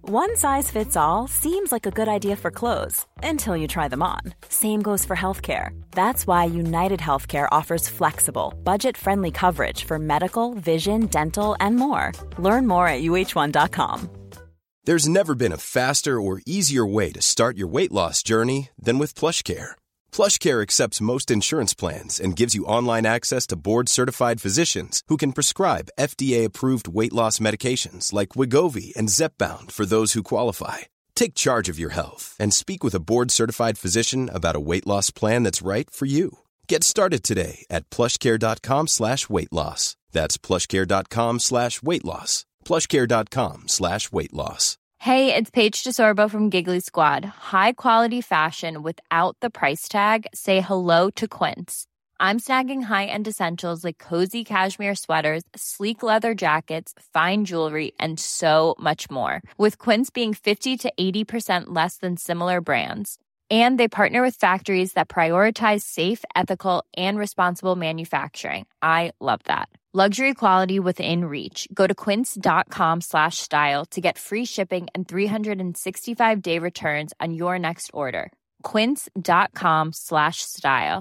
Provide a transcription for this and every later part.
One size fits all seems like a good idea for clothes until you try them on. Same goes for healthcare. That's why United Healthcare offers flexible, budget-friendly coverage for medical, vision, dental, and more. Learn more at uh1.com. There's never been a faster or easier way to start your weight loss journey than with PlushCare. PlushCare accepts most insurance plans and gives you online access to board-certified physicians who can prescribe FDA-approved weight loss medications like Wegovy and Zepbound for those who qualify. Take charge of your health and speak with a board-certified physician about a weight loss plan that's right for you. Get started today at plushcare.com/weightloss. That's plushcare.com/weightloss. plushcare.com/weightloss. Hey, it's Paige DeSorbo from Giggly Squad. High quality fashion without the price tag. Say hello to Quince. I'm snagging high-end essentials like cozy cashmere sweaters, sleek leather jackets, fine jewelry, and so much more. With Quince being 50 to 80% less than similar brands. And they partner with factories that prioritize safe, ethical, and responsible manufacturing. I love that. Luxury quality within reach. Go to quince.com/style to get free shipping and 365-day returns on your next order. Quince.com/style.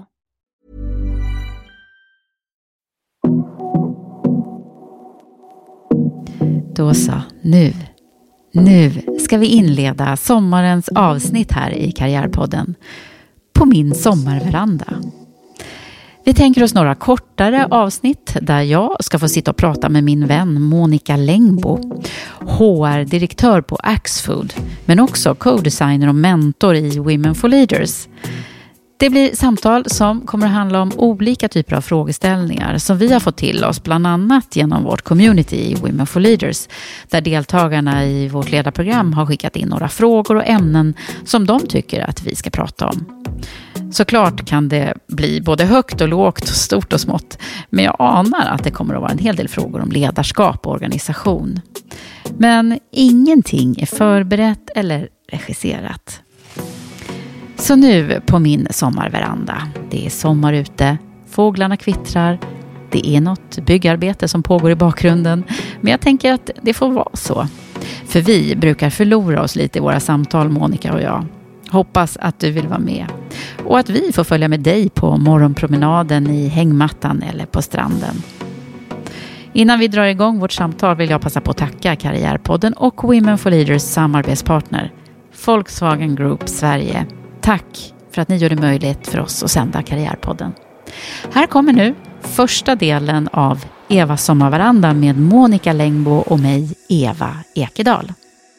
Då så, nu ska vi inleda sommarens avsnitt här i Karriärpodden på min sommarveranda. Vi tänker oss några kortare avsnitt där jag ska få sitta och prata med min vän Monica Längbo, HR-direktör på Axfood, men också co-designer och mentor i Women for Leaders. Det blir samtal som kommer att handla om olika typer av frågeställningar som vi har fått till oss, bland annat genom vårt community i Women for Leaders, där deltagarna i vårt ledarprogram har skickat in några frågor och ämnen som de tycker att vi ska prata om. Såklart kan det bli både högt och lågt och stort och smått, men jag anar att det kommer att vara en hel del frågor om ledarskap och organisation. Men ingenting är förberett eller regisserat. Så nu på min sommarveranda. Det är sommar ute, fåglarna kvittrar, det är något byggarbete som pågår i bakgrunden, men jag tänker att det får vara så. För vi brukar förlora oss lite i våra samtal, Monica och jag. Hoppas att du vill vara med. Och att vi får följa med dig på morgonpromenaden i hängmattan eller på stranden. Innan vi drar igång vårt samtal vill jag passa på att tacka Karriärpodden och Women for Leaders samarbetspartner Volkswagen Group Sverige. Tack för att ni gör det möjligt för oss att sända Karriärpodden. Här kommer nu första delen av Eva sommarveranda med Monica Längbo och mig, Eva Ekedal.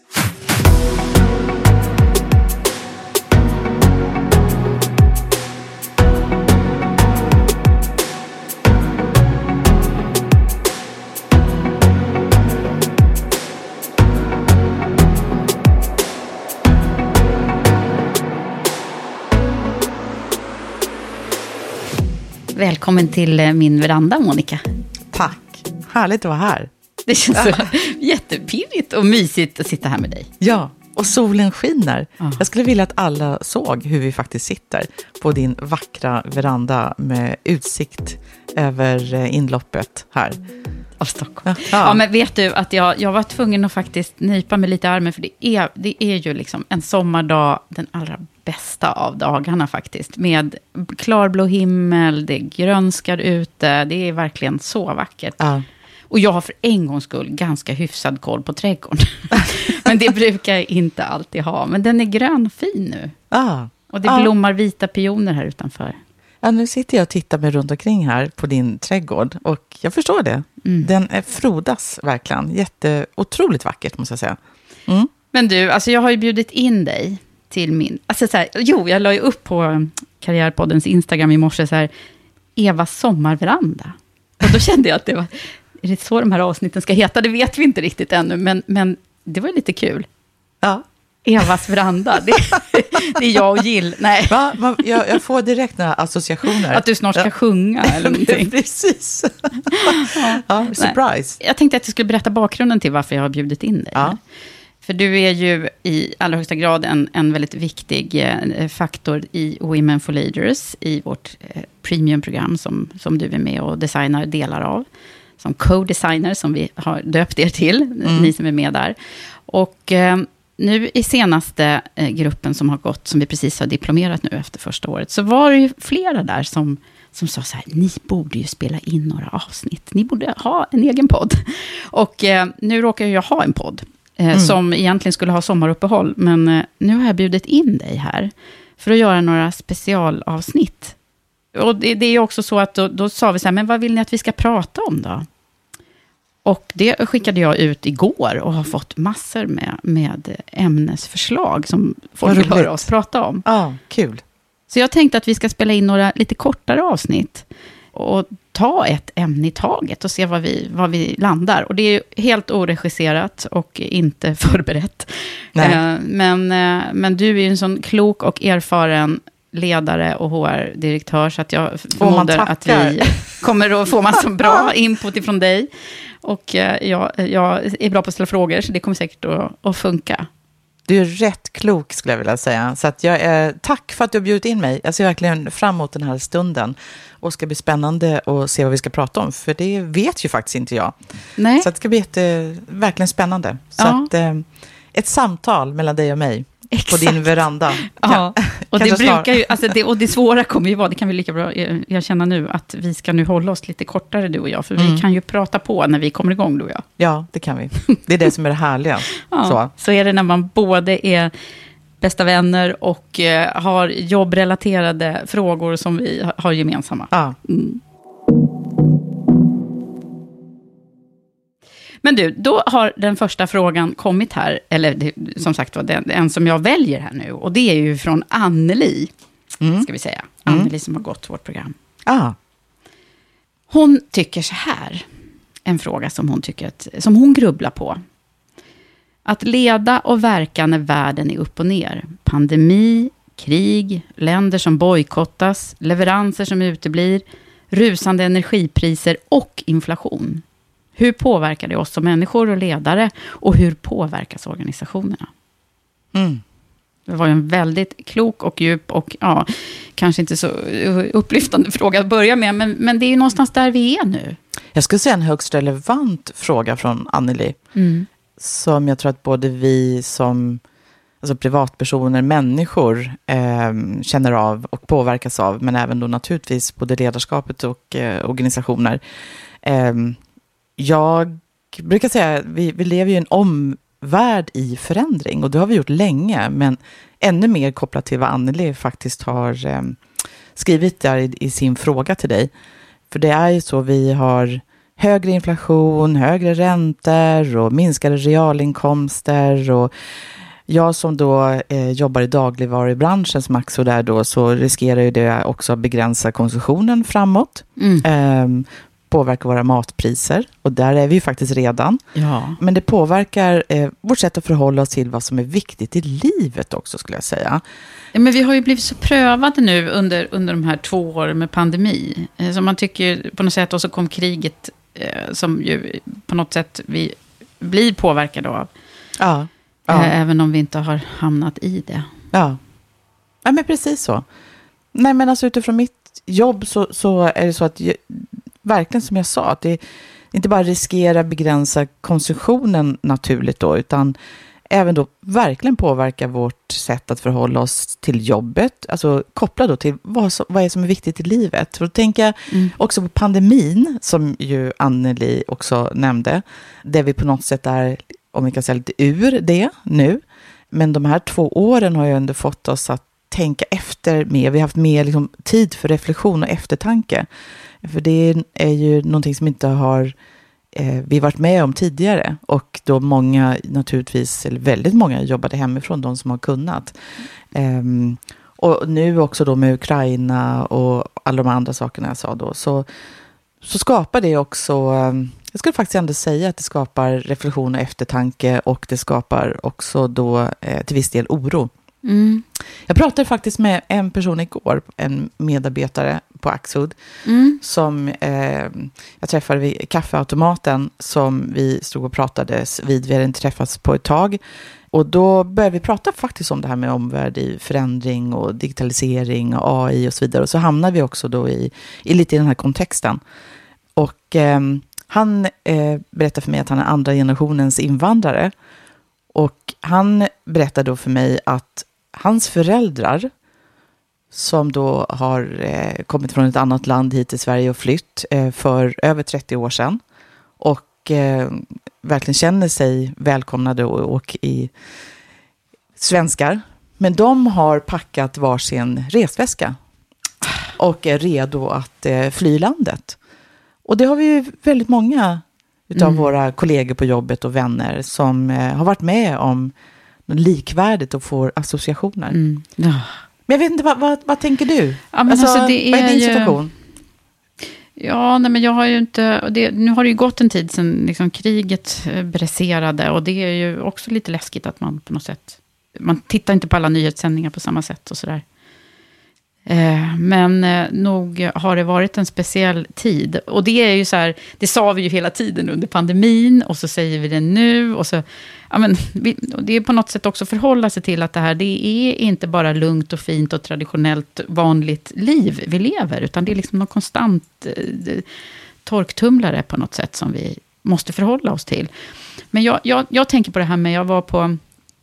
Välkommen till min veranda, Monica. Tack. Härligt att vara här. Det känns så jättepirrigt och mysigt att sitta här med dig. Ja, och solen skiner. Ja. Jag skulle vilja att alla såg hur vi faktiskt sitter på din vackra veranda med utsikt över inloppet här. Av Stockholm. Ja, men vet du att jag var tvungen att faktiskt nypa mig lite i armen, för det är ju liksom en sommardag, den allra bästa av dagarna faktiskt, med klarblå himmel, det grönskar ute, det är verkligen så vackert. Ja. Och jag har för en gångs skull ganska hyfsad koll på trädgården. Men det brukar jag inte alltid ha. Men den är grönfin nu. Och det blommar vita pioner här utanför. Ja, nu sitter jag och tittar mig runt omkring här på din trädgård. Och jag förstår det. Den är frodas verkligen. Otroligt vackert, måste jag säga. Mm. Men du, alltså jag har ju bjudit in dig till min... Alltså så här, jag la ju upp på Karriärpoddens Instagram i morse så här, Evas sommarveranda. Och då kände jag att det var... Är det så de här avsnitten ska heta? Det vet vi inte riktigt ännu, men det var lite kul. Ja. Evas veranda, det är jag och Jill. Nej. Jag får direkt några associationer. Att du snart ska sjunga eller någonting. Precis. Ja, surprise. Jag tänkte att jag skulle berätta bakgrunden till varför jag har bjudit in dig. Ja. För du är ju i allra högsta grad en väldigt viktig faktor i Women for Leaders, i vårt premiumprogram som du är med och designar delar av. Som co-designer som vi har döpt er till, ni som är med där. Och nu i senaste gruppen som har gått, som vi precis har diplomerat nu efter första året, så var det ju flera där som sa så här, ni borde ju spela in några avsnitt. Ni borde ha en egen podd. Och nu råkar jag ha en podd som egentligen skulle ha sommaruppehåll. Men nu har jag bjudit in dig här för att göra några specialavsnitt. Och det är också så att då sa vi så här, men vad vill ni att vi ska prata om då? Och det skickade jag ut igår och har fått massor med ämnesförslag som folk vill höra oss prata om. Ja, kul. Så jag tänkte att vi ska spela in några lite kortare avsnitt och ta ett ämne i taget och se vad vi landar. Och det är ju helt oregisserat och inte förberett. Men du är ju en sån klok och erfaren ledare och HR-direktör, så att jag förmodar att vi kommer att få massor bra input ifrån dig. Och jag är bra på att ställa frågor, så det kommer säkert att funka. Du är rätt klok, skulle jag vilja säga. Så att tack för att du har bjudit in mig. Jag ser verkligen fram emot den här stunden. Och ska bli spännande att se vad vi ska prata om. För det vet ju faktiskt inte jag. Nej. Så det ska bli verkligen spännande. Så att, ett samtal mellan dig och mig. Exakt. På din veranda. Ja, och det brukar ju, och det svåra kommer ju vara, det kan vi lika bra, jag känner nu, att vi ska nu hålla oss lite kortare, du och jag, för vi kan ju prata på när vi kommer igång, du och jag. Ja, det kan vi. Det är det som är det härliga. Så är det när man både är bästa vänner och har jobbrelaterade frågor som vi har gemensamma. Ja. Men du, då har den första frågan kommit här, eller som sagt var en som jag väljer här nu, och det är ju från Anneli, ska vi säga. Anneli som har gått vårt program. Hon tycker så här, en fråga som hon grubblar på. Att leda och verka när världen är upp och ner. Pandemi, krig, länder som bojkottas, leveranser som uteblir, rusande energipriser och inflation. Hur påverkar det oss som människor och ledare, och hur påverkas organisationerna? Det var en väldigt klok och djup och kanske inte så upplyftande fråga att börja med, men det är ju någonstans där vi är nu. Jag skulle säga en högst relevant fråga från Anneli, som jag tror att både vi som privatpersoner, människor känner av och påverkas av, men även då naturligtvis både ledarskapet och organisationer. Jag brukar säga att vi lever i en omvärld i förändring, och det har vi gjort länge, men ännu mer kopplat till vad Anneli faktiskt har skrivit där i sin fråga till dig. För det är ju så, vi har högre inflation, högre räntor och minskade realinkomster, och jag som då jobbar i dagligvarubranschen som Axo där då, så riskerar ju det också att begränsa konsumtionen framåt. Påverkar våra matpriser, och där är vi ju faktiskt redan. Ja. Men det påverkar vårt sätt att förhålla oss till vad som är viktigt i livet också, skulle jag säga. Ja, men vi har ju blivit så prövade nu under de här 2 åren med pandemi. Så man tycker på något sätt, och så kom kriget som ju på något sätt vi blir påverkade av. Ja. Även om vi inte har hamnat i det. Ja, men precis så. Nej, men alltså utifrån mitt jobb så är det så att verkligen som jag sa, att det inte bara riskerar begränsa konsumtionen naturligt då, utan även då verkligen påverka vårt sätt att förhålla oss till jobbet, alltså koppla då till vad är som är viktigt i livet. För då tänker jag också på pandemin, som ju Anneli också nämnde, där vi på något sätt är, om vi kan säga, lite ur det nu. Men de här 2 åren har ju ändå fått oss att tänka efter mer. Vi har haft mer liksom tid för reflektion och eftertanke. För det är ju någonting som inte har vi varit med om tidigare. Och då många naturligtvis, eller väldigt många, jobbade hemifrån, de som har kunnat. Och nu också då med Ukraina och alla de andra sakerna jag sa då. Så skapar det också, jag skulle faktiskt ändå säga att det skapar reflektion och eftertanke. Och det skapar också då till viss del oro. Jag pratade faktiskt med en person igår, en medarbetare på Axud, som jag träffade vid kaffeautomaten, som vi stod och pratade vid. Vi hade inte träffats på ett tag, och då började vi prata faktiskt om det här med omvärld i förändring och digitalisering och AI och så vidare, och så hamnade vi också då i lite i den här kontexten. Och han berättade för mig att han är andra generationens invandrare. Och han berättade då för mig att hans föräldrar, som då har kommit från ett annat land hit till Sverige och flytt för över 30 år sedan. Och verkligen känner sig välkomnade och i svenskar. Men de har packat varsin resväska och är redo att fly landet. Och det har vi ju väldigt många utav våra kollegor på jobbet och vänner som har varit med om likvärdigt och får associationer. Ja. Men jag vet inte, vad tänker du? Ja, men alltså, vad är din situation? Ja, nej, men jag har ju inte... nu har det ju gått en tid sedan liksom, kriget briserade. Och det är ju också lite läskigt att man på något sätt... Man tittar inte på alla nyhetssändningar på samma sätt och sådär. Men nog har det varit en speciell tid. Och det är ju så här, det sa vi ju hela tiden under pandemin. Och så säger vi det nu. Och så, ja, men, det är på något sätt också förhålla sig till att det här, det är inte bara lugnt och fint och traditionellt vanligt liv vi lever. Utan det är liksom någon konstant torktumlare på något sätt som vi måste förhålla oss till. Men jag tänker på det här med, jag var på...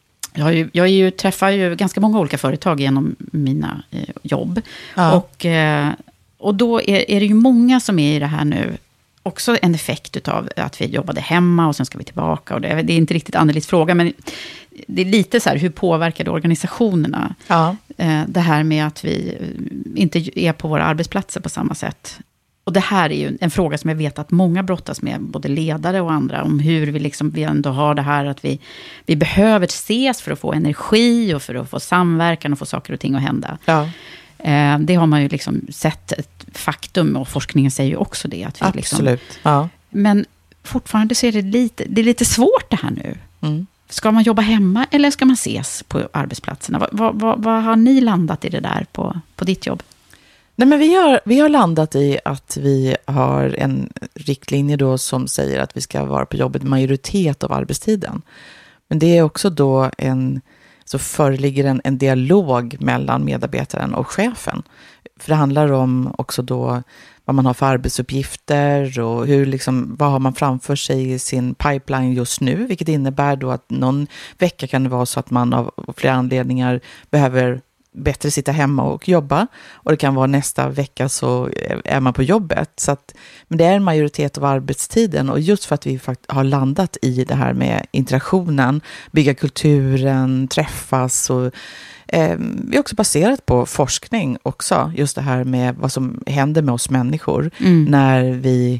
Jag träffar ju ganska många olika företag genom mina jobb. Ja. Och då är det ju många som är i det här nu. Också en effekt av att vi jobbade hemma och sen ska vi tillbaka. Och det är inte riktigt Annelies fråga, men det är lite så här, hur påverkar det organisationerna? Ja. Det här med att vi inte är på våra arbetsplatser på samma sätt. Och det här är ju en fråga som jag vet att många brottas med, både ledare och andra, om hur vi ändå har det här att vi behöver ses för att få energi och för att få samverkan och få saker och ting att hända. Ja. Det har man ju liksom sett ett faktum, och forskningen säger ju också det. Att vi absolut. Liksom, ja. Men fortfarande så är det är lite svårt det här nu. Mm. Ska man jobba hemma eller ska man ses på arbetsplatserna? Vad har ni landat i det där på ditt jobb? Nej, men vi har landat i att vi har en riktlinje då som säger att vi ska vara på jobbet majoritet av arbetstiden. Men det är också då så föreligger en dialog mellan medarbetaren och chefen. För det handlar om också då vad man har för arbetsuppgifter och vad har man framför sig i sin pipeline just nu. Vilket innebär då att någon vecka kan det vara så att man av flera anledningar behöver bättre sitta hemma och jobba, och det kan vara nästa vecka så är man på jobbet. Men det är en majoritet av arbetstiden, och just för att vi har landat i det här med interaktionen, bygga kulturen, träffas, och vi är också baserat på forskning också, just det här med vad som händer med oss människor när vi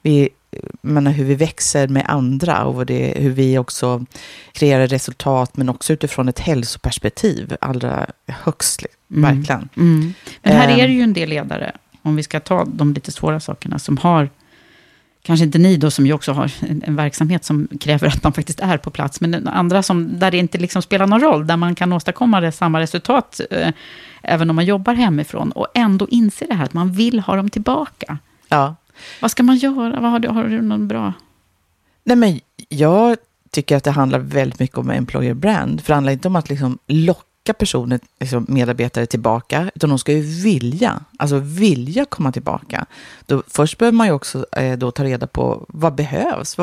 hur vi växer med andra och hur vi också kreerar resultat, men också utifrån ett hälsoperspektiv allra högst, verkligen. Mm. Men här är det ju en del ledare, om vi ska ta de lite svåra sakerna, som har, kanske inte ni då som ju också har en verksamhet som kräver att man faktiskt är på plats, men andra där det inte liksom spelar någon roll, där man kan åstadkomma samma resultat även om man jobbar hemifrån, och ändå inse det här att man vill ha dem tillbaka. Ja. Vad ska man göra? Har du någon bra? Nej, men jag tycker att det handlar väldigt mycket om employer brand. För det handlar inte om att locka personer, medarbetare tillbaka, utan de ska ju vilja komma tillbaka. Först behöver man ju också då ta reda på vad behövs.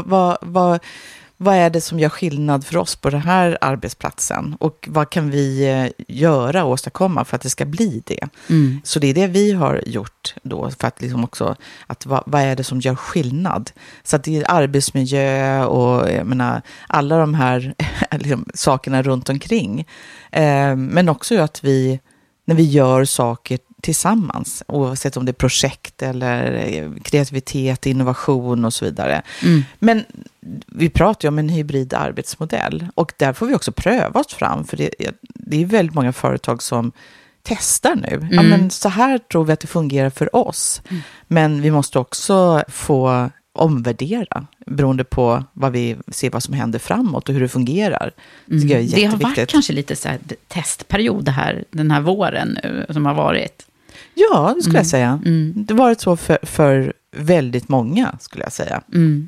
Vad är det som gör skillnad för oss på den här arbetsplatsen? Och vad kan vi göra och åstadkomma för att det ska bli det? Mm. Så det är det vi har gjort då, för att också, att vad är det som gör skillnad? Så att det är arbetsmiljö och alla de här sakerna runt omkring. Men också att när vi gör saker tillsammans, oavsett om det är projekt eller kreativitet, innovation och så vidare. Mm. Men vi pratar ju om en hybrid arbetsmodell, och där får vi också pröva oss fram, för det är väldigt många företag som testar nu. Mm. Ja, men så här tror vi att det fungerar för oss. Mm. Men vi måste också få omvärdera beroende på vad som händer framåt och hur det fungerar. Det har varit kanske lite så här testperiod den här våren som har varit. Ja, det skulle jag säga. Mm. Det har varit så för väldigt många, skulle jag säga.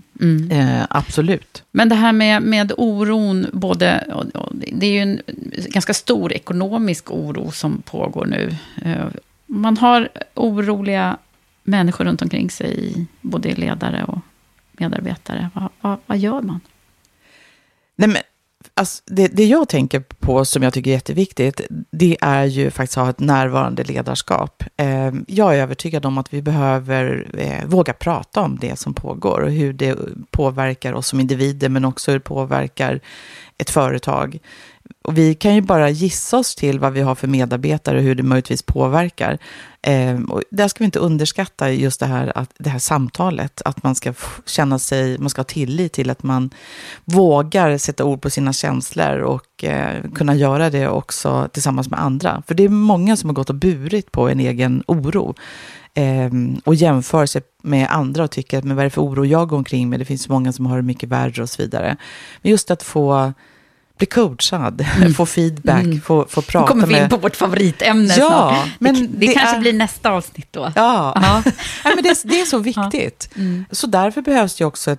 Absolut. Men det här med oron, det är ju en ganska stor ekonomisk oro som pågår nu. Man har oroliga människor runt omkring sig, både ledare och medarbetare. Vad gör man? Nej, men Alltså, det jag tänker på som jag tycker är jätteviktigt, det är ju faktiskt att ha ett närvarande ledarskap. Jag är övertygad om att vi behöver våga prata om det som pågår och hur det påverkar oss som individer, men också hur det påverkar ett företag. Och vi kan ju bara gissa oss till vad vi har för medarbetare och hur det möjligtvis påverkar. Och där ska vi inte underskatta just det här samtalet. Att man ska känna sig, man ska ha tillit till att man vågar sätta ord på sina känslor och kunna göra det också tillsammans med andra. För det är många som har gått och burit på en egen oro. Och jämför sig med andra och tycker att men vad är det för oro jag går omkring med? Det finns många som har det mycket värre och så vidare. Men just att få bli coachad, få feedback, få prata med... kommer vi in på vårt favoritämne snart. Men det kanske blir nästa avsnitt då. Ja, men det är så viktigt. Så därför behövs det också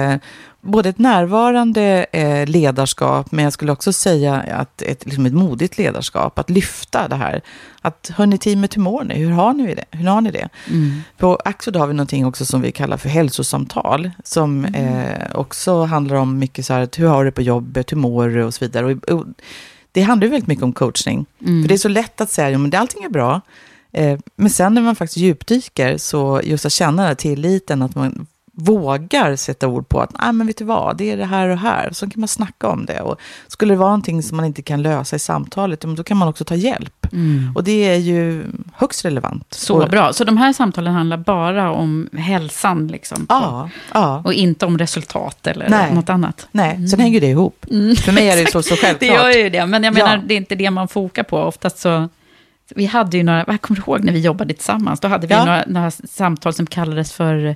både ett närvarande ledarskap, men jag skulle också säga att ett modigt ledarskap, att lyfta det här. Att, hörni teamet, hur mår ni? Hur har ni det? På Axfood har vi någonting också som vi kallar för hälsosamtal, som också handlar om mycket så här, att hur har du på jobbet, hur mår du och så vidare. Och det handlar ju väldigt mycket om coachning. För det är så lätt att säga, men allting är bra. Men sen när man faktiskt djupdyker, så just att känna den här tilliten, att man vågar sätta ord på att men vet du vad, det är det här och här. Så kan man snacka om det. Och skulle det vara någonting som man inte kan lösa i samtalet, då kan man också ta hjälp. Och det är ju högst relevant. Så bra. Så de här samtalen handlar bara om hälsan liksom? Ja. Och inte om resultat eller något annat? Nej, sen hänger det ihop. För mig är det så självklart. Det gör ju det, men jag menar, det är inte det man fokar på. Oftast så... Vi hade ju jag kommer ihåg när vi jobbade tillsammans, då hade vi några samtal som kallades för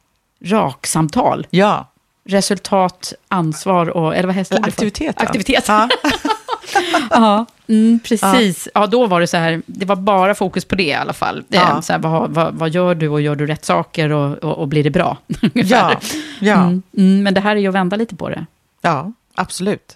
raksamtal. Ja. Resultat, ansvar och... Eller vad heter det? Aktivitet. Ja. Ja, precis. Ja, då var det så här, det var bara fokus på det i alla fall. Så här, vad gör du och gör du rätt saker och blir det bra? Ja. Men det här är ju att vända lite på det. Ja, absolut.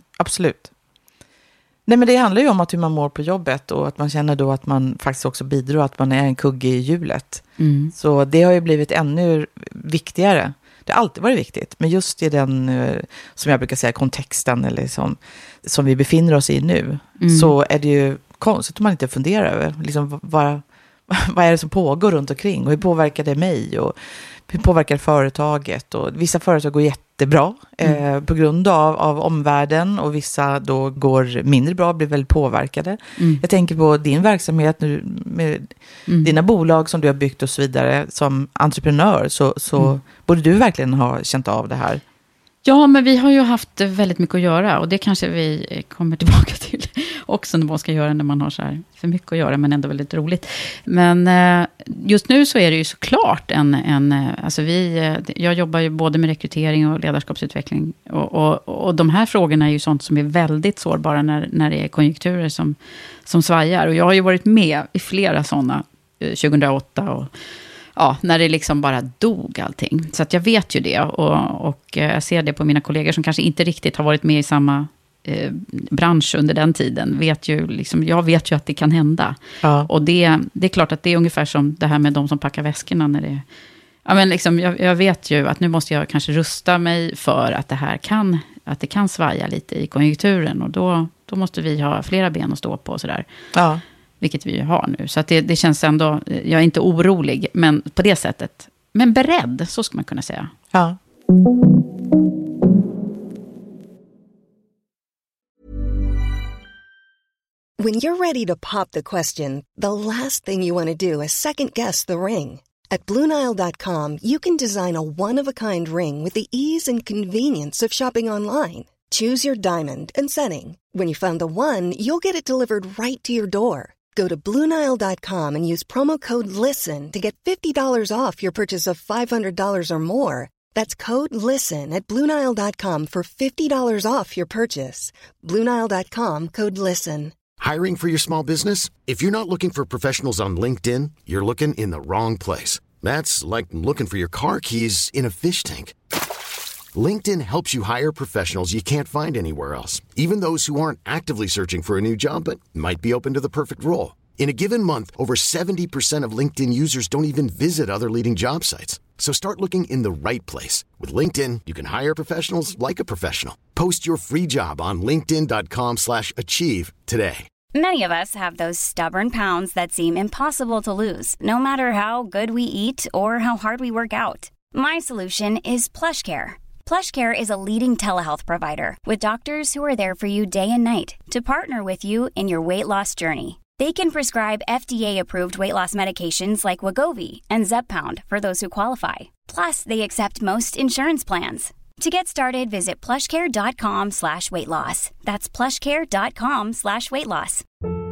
Nej, men det handlar ju om hur man mår på jobbet och att man känner då att man faktiskt också bidrar, att man är en kugge i hjulet. Så det har ju blivit ännu viktigare. Det har alltid varit viktigt, men just i den, som jag brukar säga, kontexten eller som vi befinner oss i nu, så är det ju konstigt om man inte funderar över liksom, vad är det som pågår runt omkring och hur påverkar det mig och hur påverkar företaget. Och vissa företag går jättebra på grund av omvärlden och vissa då går mindre bra, blir väldigt påverkade. Jag tänker på din verksamhet nu med dina bolag som du har byggt och så vidare. Som entreprenör så borde du verkligen ha känt av det här. Ja, men vi har ju haft väldigt mycket att göra och det kanske vi kommer tillbaka till också när man ska göra när man har så här för mycket att göra men ändå väldigt roligt. Men just nu så är det ju såklart alltså jag jobbar ju både med rekrytering och ledarskapsutveckling och de här frågorna är ju sånt som är väldigt sårbara när det är konjunkturer som svajar. Och jag har ju varit med i flera sådana 2008 och när det liksom bara dog allting. Så att jag vet ju det. Och jag ser det på mina kollegor som kanske inte riktigt har varit med i samma bransch under den tiden. Jag vet ju att det kan hända. Ja. Och det är klart att det är ungefär som det här med de som packar väskorna. När det, men liksom, jag vet ju att nu måste jag kanske rusta mig för att det kan svaja lite i konjunkturen. Och då måste vi ha flera ben att stå på och sådär. Ja. Vilket vi har nu. Så att det känns ändå, jag är inte orolig, men på det sättet. Men beredd, så ska man kunna säga. Ja. When you're ready to pop the question, the last thing you want to do is second guess the ring. At BlueNile.com you can design a one-of-a-kind ring with the ease and convenience of shopping online. Choose your diamond and setting. When you find the one, you'll get it delivered right to your door. Go to BlueNile.com and use promo code LISTEN to get $50 off your purchase of $500 or more. That's code LISTEN at BlueNile.com for $50 off your purchase. BlueNile.com, code LISTEN. Hiring for your small business? If you're not looking for professionals on LinkedIn, you're looking in the wrong place. That's like looking for your car keys in a fish tank. LinkedIn helps you hire professionals you can't find anywhere else, even those who aren't actively searching for a new job but might be open to the perfect role. In a given month, over 70% of LinkedIn users don't even visit other leading job sites. So start looking in the right place. With LinkedIn, you can hire professionals like a professional. Post your free job on linkedin.com/achieve today. Many of us have those stubborn pounds that seem impossible to lose, no matter how good we eat or how hard we work out. My solution is PlushCare. PlushCare is a leading telehealth provider with doctors who are there for you day and night to partner with you in your weight loss journey. They can prescribe FDA-approved weight loss medications like Wegovy and Zepbound for those who qualify. Plus, they accept most insurance plans. To get started, visit plushcare.com/weightloss. That's plushcare.com/weightloss.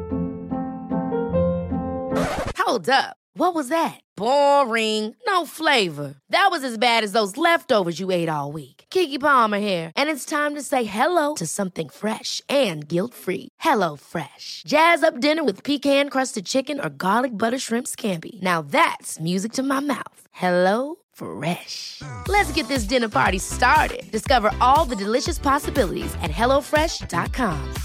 Hold up. What was that? Boring. No flavor. That was as bad as those leftovers you ate all week. Keke Palmer here, and it's time to say hello to something fresh and guilt-free. Hello Fresh. Jazz up dinner with pecan-crusted chicken or garlic butter shrimp scampi. Now that's music to my mouth. Hello Fresh. Let's get this dinner party started. Discover all the delicious possibilities at hellofresh.com.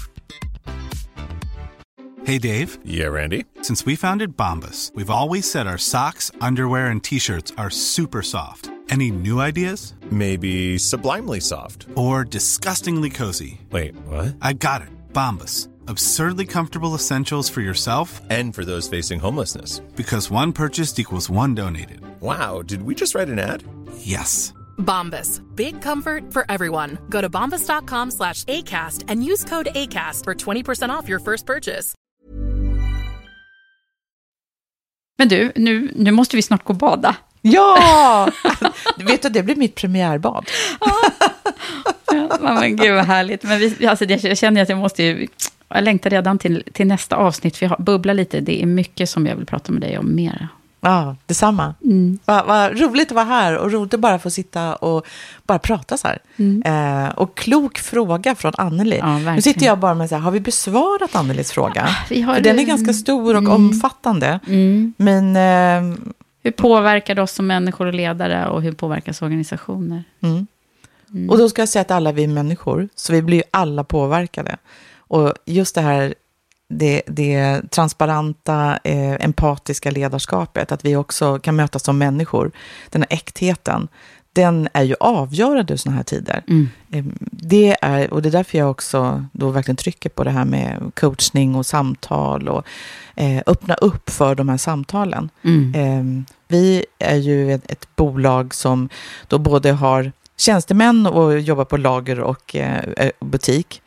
Hey, Dave. Yeah, Randy. Since we founded Bombas, we've always said our socks, underwear, and T-shirts are super soft. Any new ideas? Maybe sublimely soft. Or disgustingly cozy. Wait, what? I got it. Bombas. Absurdly comfortable essentials for yourself and for those facing homelessness. Because one purchased equals one donated. Wow, did we just write an ad? Yes. Bombas. Big comfort for everyone. Go to bombas.com/ACAST and use code ACAST for 20% off your first purchase. Men du, nu måste vi snart gå och bada. Ja! Vet du, det blir mitt premiärbad. Ja, men gud vad härligt. Men jag känner att jag längtar redan till nästa avsnitt. För jag bubblar lite. Det är mycket som jag vill prata med dig om mer. Ja, detsamma. Vad roligt att vara här och roligt att bara få sitta och bara prata så här. Och klok fråga från Anneli. Ja, nu sitter jag bara med så här, har vi besvarat Annelis fråga? För den är ganska stor och omfattande. Men hur påverkar det oss som människor och ledare och hur påverkas organisationer? Och då ska jag säga att alla vi är människor, så vi blir ju alla påverkade. Och just det här det transparenta, empatiska ledarskapet, att vi också kan mötas som människor, den här äktheten, den är ju avgörande i såna här tider. Det är därför jag också då verkligen trycker på det här med coachning och samtal och öppna upp för de här samtalen. Vi är ju ett bolag som då både har tjänstemän och jobbar på lager och butik.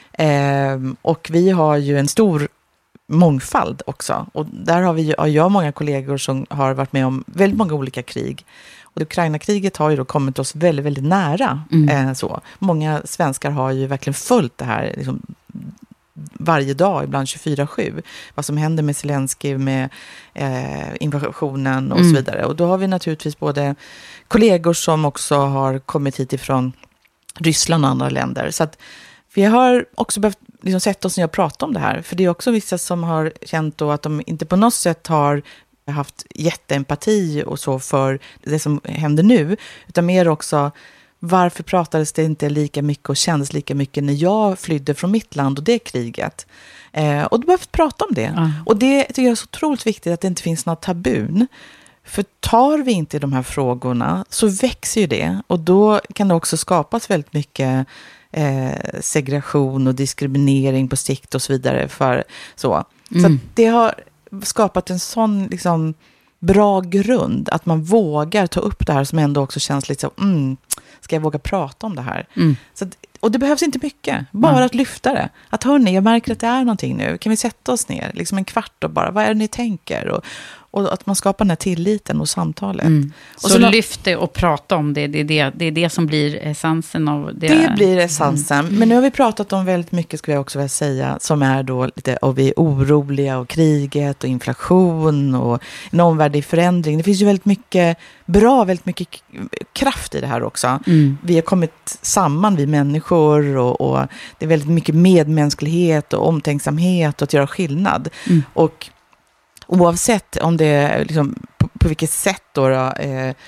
Och vi har ju en stor mångfald också. Och där har jag många kollegor som har varit med om väldigt många olika krig. Och Ukraina-kriget har ju då kommit oss väldigt, väldigt nära. Så. Många svenskar har ju verkligen följt det här liksom, varje dag, ibland 24/7. Vad som händer med Zelensky, med invasionen och så vidare. Och då har vi naturligtvis både kollegor som också har kommit hit ifrån Ryssland och andra länder. Så att vi har också behövt liksom sätta oss ner och prata om det här. För det är också vissa som har känt då att de inte på något sätt har haft jätteempati och så för det som händer nu. Utan mer också, varför pratades det inte lika mycket och kändes lika mycket när jag flydde från mitt land och det kriget? Och då behöver vi prata om det. Och det tycker jag är så otroligt viktigt att det inte finns något tabun. För tar vi inte de här frågorna så växer ju det. Och då kan det också skapas väldigt mycket segregation och diskriminering på sikt och så vidare. Så att det har skapat en sån liksom, bra grund att man vågar ta upp det här som ändå också känns lite så, ska jag våga prata om det här? Så att, och det behövs inte mycket, bara att lyfta det. Att hörni, jag märker att det är någonting nu. Kan vi sätta oss ner, liksom en kvart och bara, vad är det ni tänker? Och att man skapar den här tilliten och samtalet. Och så lyft det och prata om det. Det är det som blir essensen av det. Det blir essensen. Men nu har vi pratat om väldigt mycket, skulle jag också vilja säga, som är då lite, och vi är oroliga och kriget och inflation och en omvärld i förändring. Det finns ju väldigt mycket bra, väldigt mycket kraft i det här också. Vi har kommit samman, vi människor, och det är väldigt mycket medmänsklighet och omtänksamhet och att göra skillnad. Och oavsett om det är liksom, på vilket sätt då,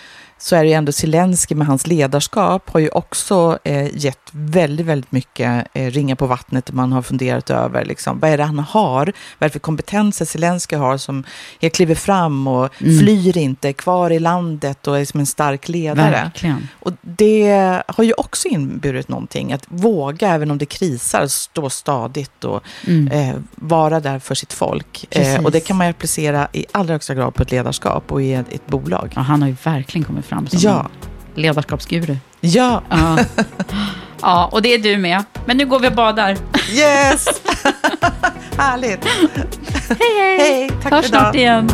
så är det ändå Zelensky med hans ledarskap har ju också gett väldigt, väldigt mycket ringar på vattnet. Man har funderat över liksom, vad är det han har, vad är det för kompetenser Zelensky har som kliver fram och flyr inte, är kvar i landet och är som en stark ledare. Verkligen. Och det har ju också inburit någonting, att våga även om det krisar, stå stadigt och vara där för sitt folk. Och det kan man applicera i allra högsta grad på ett ledarskap och i ett bolag. Ja, han har ju verkligen kommit fram som en ledarskapsguru. Ja. Ja, och det är du med. Men nu går vi och badar. Yes! Härligt. Hej. Hej, tack Hörs för idag. Snart igen.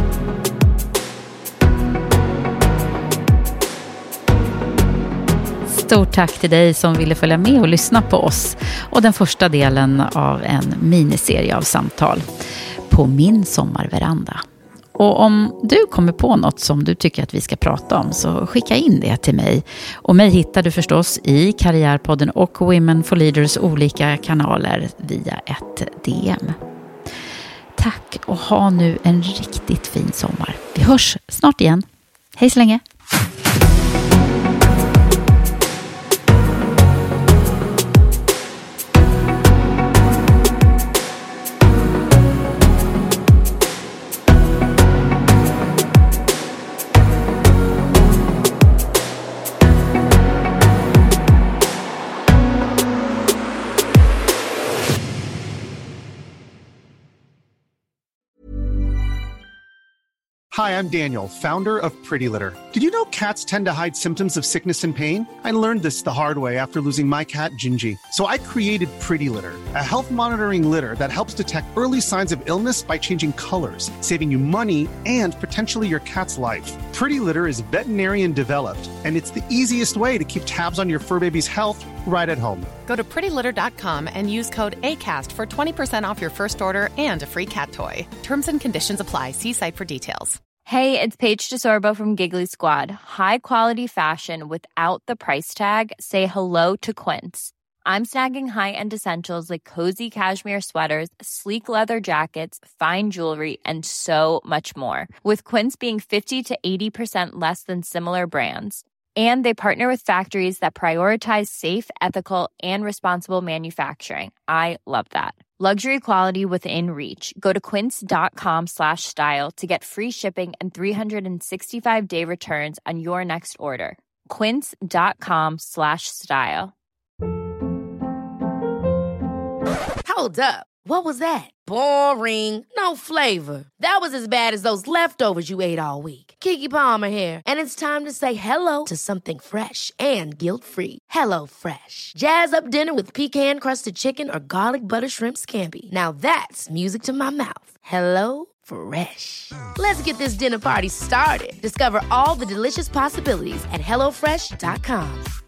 Stort tack till dig som ville följa med och lyssna på oss och den första delen av en miniserie av samtal på min sommarveranda. Och om du kommer på något som du tycker att vi ska prata om, så skicka in det till mig. Och mig hittar du förstås i Karriärpodden och Women for Leaders olika kanaler via ett DM. Tack och ha nu en riktigt fin sommar. Vi hörs snart igen. Hej så länge! Hi, I'm Daniel, founder of Pretty Litter. Did you know cats tend to hide symptoms of sickness and pain? I learned this the hard way after losing my cat, Gingy. So I created Pretty Litter, a health monitoring litter that helps detect early signs of illness by changing colors, saving you money and potentially your cat's life. Pretty Litter is veterinarian developed, and it's the easiest way to keep tabs on your fur baby's health right at home. Go to prettylitter.com and use code ACAST for 20% off your first order and a free cat toy. Terms and conditions apply. See site for details. Hey, it's Paige DeSorbo from Giggly Squad. High quality fashion without the price tag. Say hello to Quince. I'm snagging high-end essentials like cozy cashmere sweaters, sleek leather jackets, fine jewelry, and so much more. With Quince being 50 to 80% less than similar brands. And they partner with factories that prioritize safe, ethical, and responsible manufacturing. I love that. Luxury quality within reach. Go to quince.com/style to get free shipping and 365-day returns on your next order. Quince.com/style. Hold up. What was that? Boring. No flavor. That was as bad as those leftovers you ate all week. Keke Palmer here, and it's time to say hello to something fresh and guilt-free. Hello Fresh. Jazz up dinner with pecan-crusted chicken or garlic butter shrimp scampi. Now that's music to my mouth. Hello Fresh. Let's get this dinner party started. Discover all the delicious possibilities at HelloFresh.com.